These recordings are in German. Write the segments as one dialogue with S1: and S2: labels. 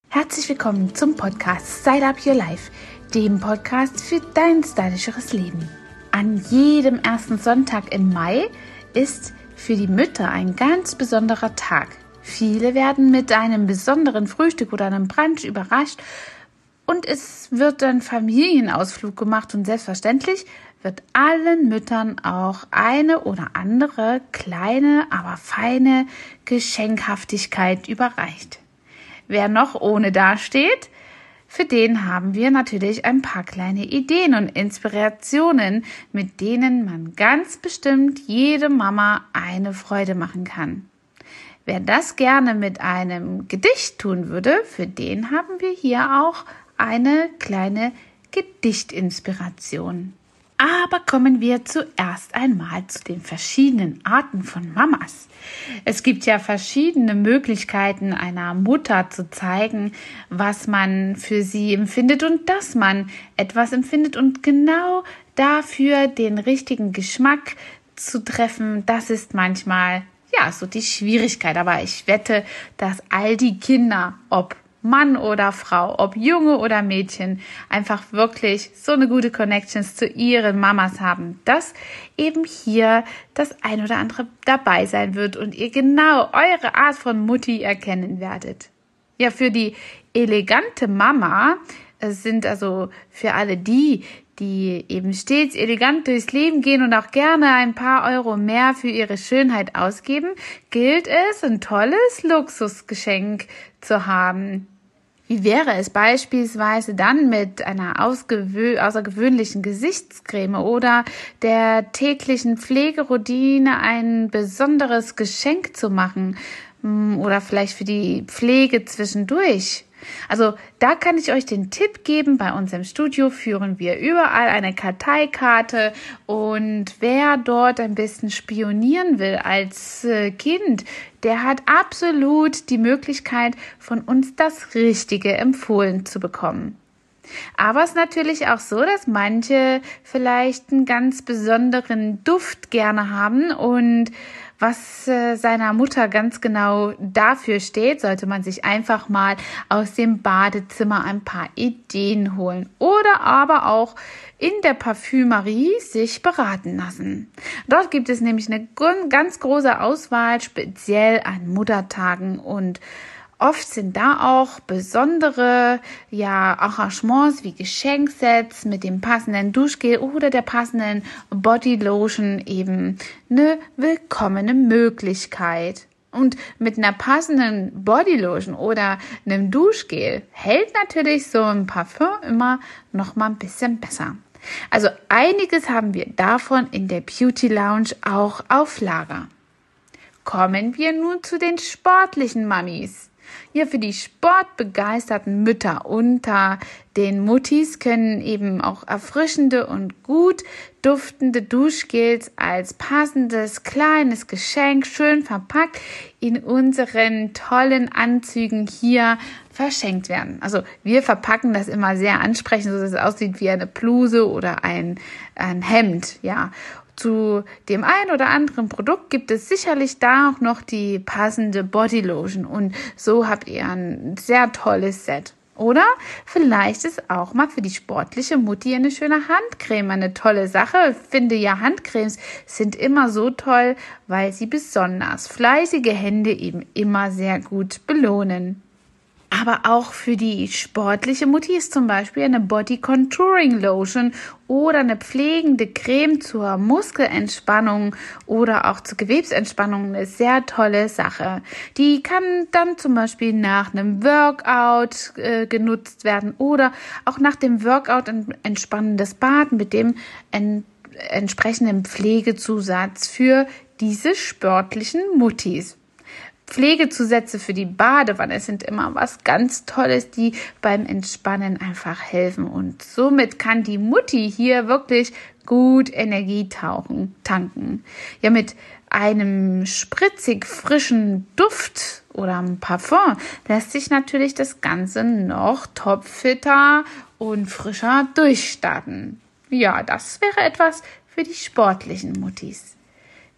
S1: Herzlich willkommen zum Podcast Style Up Your Life, dem Podcast für dein stylischeres Leben. An jedem ersten Sonntag im Mai ist für die Mütter ein ganz besonderer Tag. Viele werden mit einem besonderen Frühstück oder einem Brunch überrascht und es wird ein Familienausflug gemacht und selbstverständlich wird allen Müttern auch eine oder andere kleine, aber feine Geschenkhaftigkeit überreicht. Wer noch ohne dasteht, für den haben wir natürlich ein paar kleine Ideen und Inspirationen, mit denen man ganz bestimmt jede Mama eine Freude machen kann. Wer das gerne mit einem Gedicht tun würde, für den haben wir hier auch eine kleine Gedichtinspiration. Aber kommen wir zuerst einmal zu den verschiedenen Arten von Mamas. Es gibt ja verschiedene Möglichkeiten, einer Mutter zu zeigen, was man für sie empfindet und dass man etwas empfindet und genau dafür den richtigen Geschmack zu treffen, das ist manchmal so die Schwierigkeit. Aber ich wette, dass all die Kinder, ob Mann oder Frau, ob Junge oder Mädchen, einfach wirklich so eine gute Connections zu ihren Mamas haben, dass eben hier das ein oder andere dabei sein wird und ihr genau eure Art von Mutti erkennen werdet. Ja, für die elegante Mama sind also für alle die eben stets elegant durchs Leben gehen und auch gerne ein paar Euro mehr für ihre Schönheit ausgeben, gilt es, ein tolles Luxusgeschenk zu haben. Wie wäre es beispielsweise dann mit einer außergewöhnlichen Gesichtscreme oder der täglichen Pflegeroutine ein besonderes Geschenk zu machen oder vielleicht für die Pflege zwischendurch? Also da kann ich euch den Tipp geben, bei uns im Studio führen wir überall eine Karteikarte und wer dort ein bisschen spionieren will als Kind, der hat absolut die Möglichkeit, von uns das Richtige empfohlen zu bekommen. Aber es ist natürlich auch so, dass manche vielleicht einen ganz besonderen Duft gerne haben und was seiner Mutter ganz genau dafür steht, sollte man sich einfach mal aus dem Badezimmer ein paar Ideen holen oder aber auch in der Parfümerie sich beraten lassen. Dort gibt es nämlich eine ganz große Auswahl, speziell an Muttertagen und oft sind da auch besondere Arrangements wie Geschenksets mit dem passenden Duschgel oder der passenden Bodylotion eben eine willkommene Möglichkeit. Und mit einer passenden Bodylotion oder einem Duschgel hält natürlich so ein Parfum immer noch mal ein bisschen besser. Also einiges haben wir davon in der Beauty Lounge auch auf Lager. Kommen wir nun zu den sportlichen Mamis. Ja, für die sportbegeisterten Mütter unter den Muttis können eben auch erfrischende und gut duftende Duschgels als passendes kleines Geschenk schön verpackt in unseren tollen Anzügen hier verschenkt werden. Also wir verpacken das immer sehr ansprechend, so dass es aussieht wie eine Bluse oder ein Hemd, ja. Zu dem ein oder anderen Produkt gibt es sicherlich da auch noch die passende Bodylotion und so habt ihr ein sehr tolles Set. Oder vielleicht ist auch mal für die sportliche Mutti eine schöne Handcreme eine tolle Sache. Ich finde ja, Handcremes sind immer so toll, weil sie besonders fleißige Hände eben immer sehr gut belohnen. Aber auch für die sportliche Mutti ist zum Beispiel eine Body Contouring Lotion oder eine pflegende Creme zur Muskelentspannung oder auch zur Gewebsentspannung eine sehr tolle Sache. Die kann dann zum Beispiel nach einem Workout genutzt werden oder auch nach dem Workout ein entspannendes Bad mit dem entsprechenden Pflegezusatz für diese sportlichen Muttis. Pflegezusätze für die Badewanne sind immer was ganz Tolles, die beim Entspannen einfach helfen. Und somit kann die Mutti hier wirklich gut Energie tanken. Ja, mit einem spritzig frischen Duft oder einem Parfum lässt sich natürlich das Ganze noch topfitter und frischer durchstarten. Ja, das wäre etwas für die sportlichen Muttis.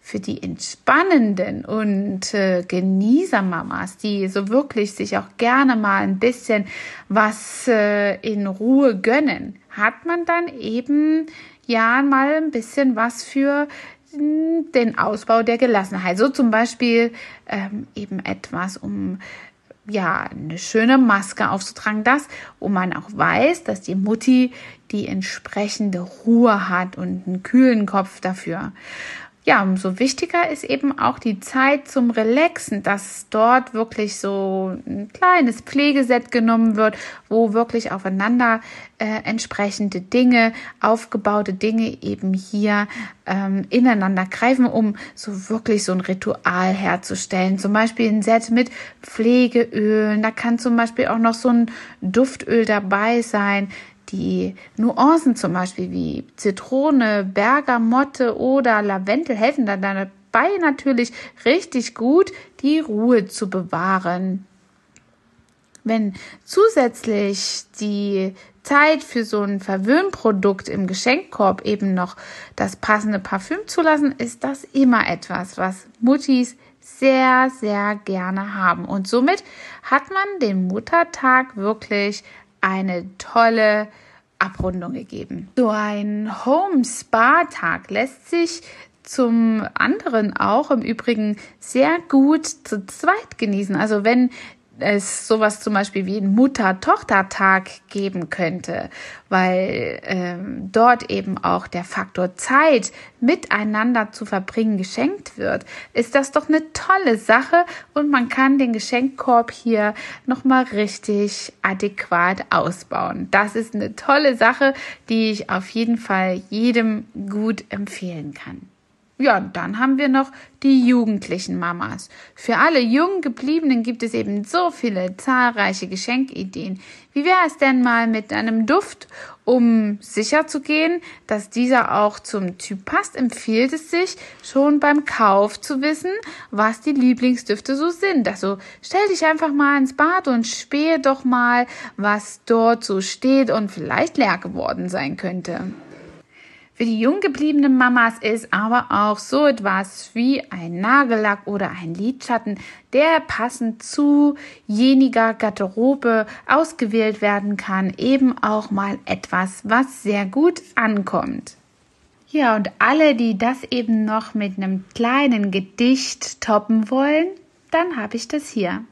S1: Für die entspannenden und Genießermamas, die so wirklich sich auch gerne mal ein bisschen was in Ruhe gönnen, hat man dann eben ja mal ein bisschen was für den Ausbau der Gelassenheit. So zum Beispiel eben etwas, um ja eine schöne Maske aufzutragen, wo man auch weiß, dass die Mutti die entsprechende Ruhe hat und einen kühlen Kopf dafür. Ja, umso wichtiger ist eben auch die Zeit zum Relaxen, dass dort wirklich so ein kleines Pflegeset genommen wird, wo wirklich aufeinander entsprechende Dinge, aufgebaute Dinge eben hier ineinander greifen, um so wirklich so ein Ritual herzustellen. Zum Beispiel ein Set mit Pflegeölen, da kann zum Beispiel auch noch so ein Duftöl dabei sein. Die Nuancen zum Beispiel wie Zitrone, Bergamotte oder Lavendel helfen dann dabei natürlich richtig gut, die Ruhe zu bewahren. Wenn zusätzlich die Zeit für so ein Verwöhnprodukt im Geschenkkorb eben noch das passende Parfüm zulassen, ist das immer etwas, was Muttis sehr, sehr gerne haben. Und somit hat man den Muttertag wirklich eine tolle Abrundung gegeben. So ein Home-Spa-Tag lässt sich zum anderen auch im Übrigen sehr gut zu zweit genießen. Also wenn es sowas zum Beispiel wie einen Mutter-Tochter-Tag geben könnte, weil dort eben auch der Faktor Zeit miteinander zu verbringen geschenkt wird, ist das doch eine tolle Sache und man kann den Geschenkkorb hier nochmal richtig adäquat ausbauen. Das ist eine tolle Sache, die ich auf jeden Fall jedem gut empfehlen kann. Ja, und dann haben wir noch die jugendlichen Mamas. Für alle jung gebliebenen gibt es eben so viele zahlreiche Geschenkideen. Wie wäre es denn mal mit einem Duft, um sicher zu gehen, dass dieser auch zum Typ passt, empfiehlt es sich schon beim Kauf zu wissen, was die Lieblingsdüfte so sind. Also stell dich einfach mal ins Bad und spähe doch mal, was dort so steht und vielleicht leer geworden sein könnte. Für die jung gebliebenen Mamas ist aber auch so etwas wie ein Nagellack oder ein Lidschatten, der passend zu jeniger Garderobe ausgewählt werden kann, eben auch mal etwas, was sehr gut ankommt. Ja, und alle, die das eben noch mit einem kleinen Gedicht toppen wollen, dann habe ich das hier.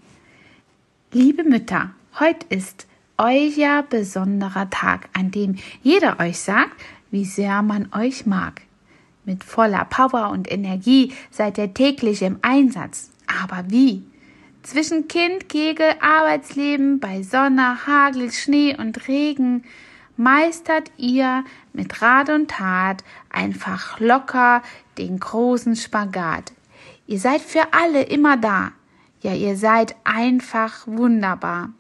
S1: Liebe Mütter, heute ist euer besonderer Tag, an dem jeder euch sagt, wie sehr man euch mag. Mit voller Power und Energie seid ihr täglich im Einsatz. Aber wie? Zwischen Kind, Kegel, Arbeitsleben, bei Sonne, Hagel, Schnee und Regen meistert ihr mit Rat und Tat einfach locker den großen Spagat. Ihr seid für alle immer da. Ja, ihr seid einfach wunderbar.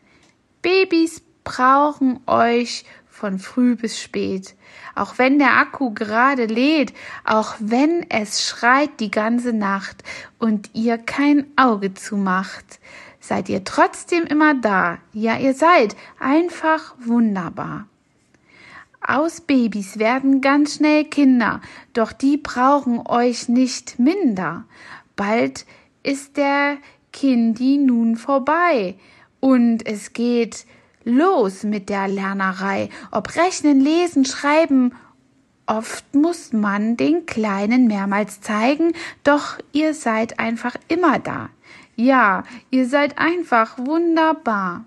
S1: Babys brauchen euch von früh bis spät. Auch wenn der Akku gerade lädt, auch wenn es schreit die ganze Nacht und ihr kein Auge zumacht, seid ihr trotzdem immer da. Ja, ihr seid einfach wunderbar. Aus Babys werden ganz schnell Kinder, doch die brauchen euch nicht minder. Bald ist der Kindi nun vorbei und es geht los mit der Lernerei, ob Rechnen, Lesen, Schreiben. Oft muss man den Kleinen mehrmals zeigen, doch ihr seid einfach immer da. Ja, ihr seid einfach wunderbar.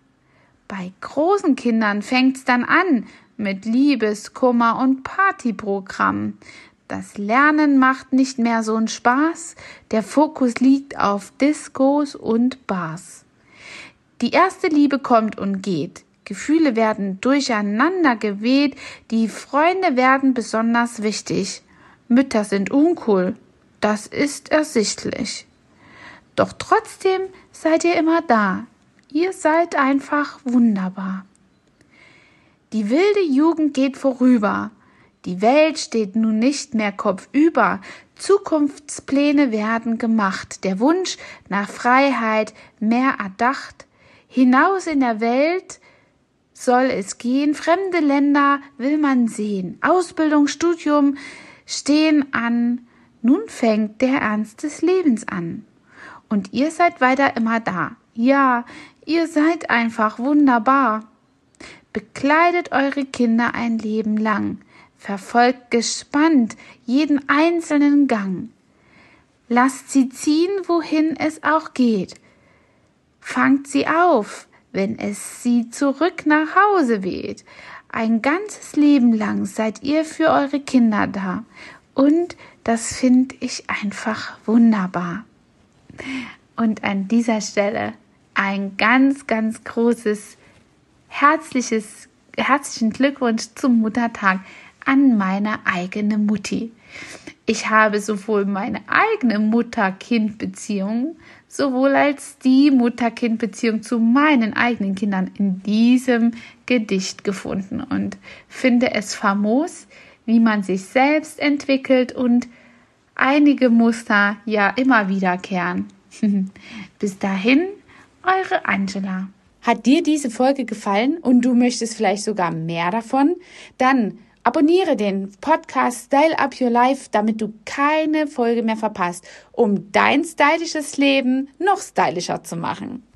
S1: Bei großen Kindern fängt's dann an mit Liebeskummer und Partyprogramm. Das Lernen macht nicht mehr so einen Spaß, der Fokus liegt auf Diskos und Bars. Die erste Liebe kommt und geht. Gefühle werden durcheinander geweht. Die Freunde werden besonders wichtig. Mütter sind uncool. Das ist ersichtlich. Doch trotzdem seid ihr immer da. Ihr seid einfach wunderbar. Die wilde Jugend geht vorüber. Die Welt steht nun nicht mehr kopfüber. Zukunftspläne werden gemacht. Der Wunsch nach Freiheit mehr erdacht. Hinaus in der Welt soll es gehen, fremde Länder will man sehen. Ausbildung, Studium stehen an, Nun fängt der Ernst des Lebens an. Und ihr seid weiter immer da. Ja, ihr seid einfach wunderbar. Bekleidet eure Kinder ein Leben lang. Verfolgt gespannt jeden einzelnen Gang. Lasst sie ziehen, wohin es auch geht. Fangt sie auf, wenn es sie zurück nach Hause weht. Ein ganzes Leben lang seid ihr für eure Kinder da. Und das finde ich einfach wunderbar. Und an dieser Stelle ein ganz, ganz großes, herzlichen Glückwunsch zum Muttertag an meine eigene Mutti. Ich habe sowohl meine eigene Mutter-Kind-Beziehung, sowohl als die Mutter-Kind-Beziehung zu meinen eigenen Kindern in diesem Gedicht gefunden und finde es famos, wie man sich selbst entwickelt und einige Muster ja immer wiederkehren. Bis dahin, eure Angela. Hat dir diese Folge gefallen und du möchtest vielleicht sogar mehr davon? Dann abonniere den Podcast Style Up Your Life, damit du keine Folge mehr verpasst, um dein stylisches Leben noch stylischer zu machen.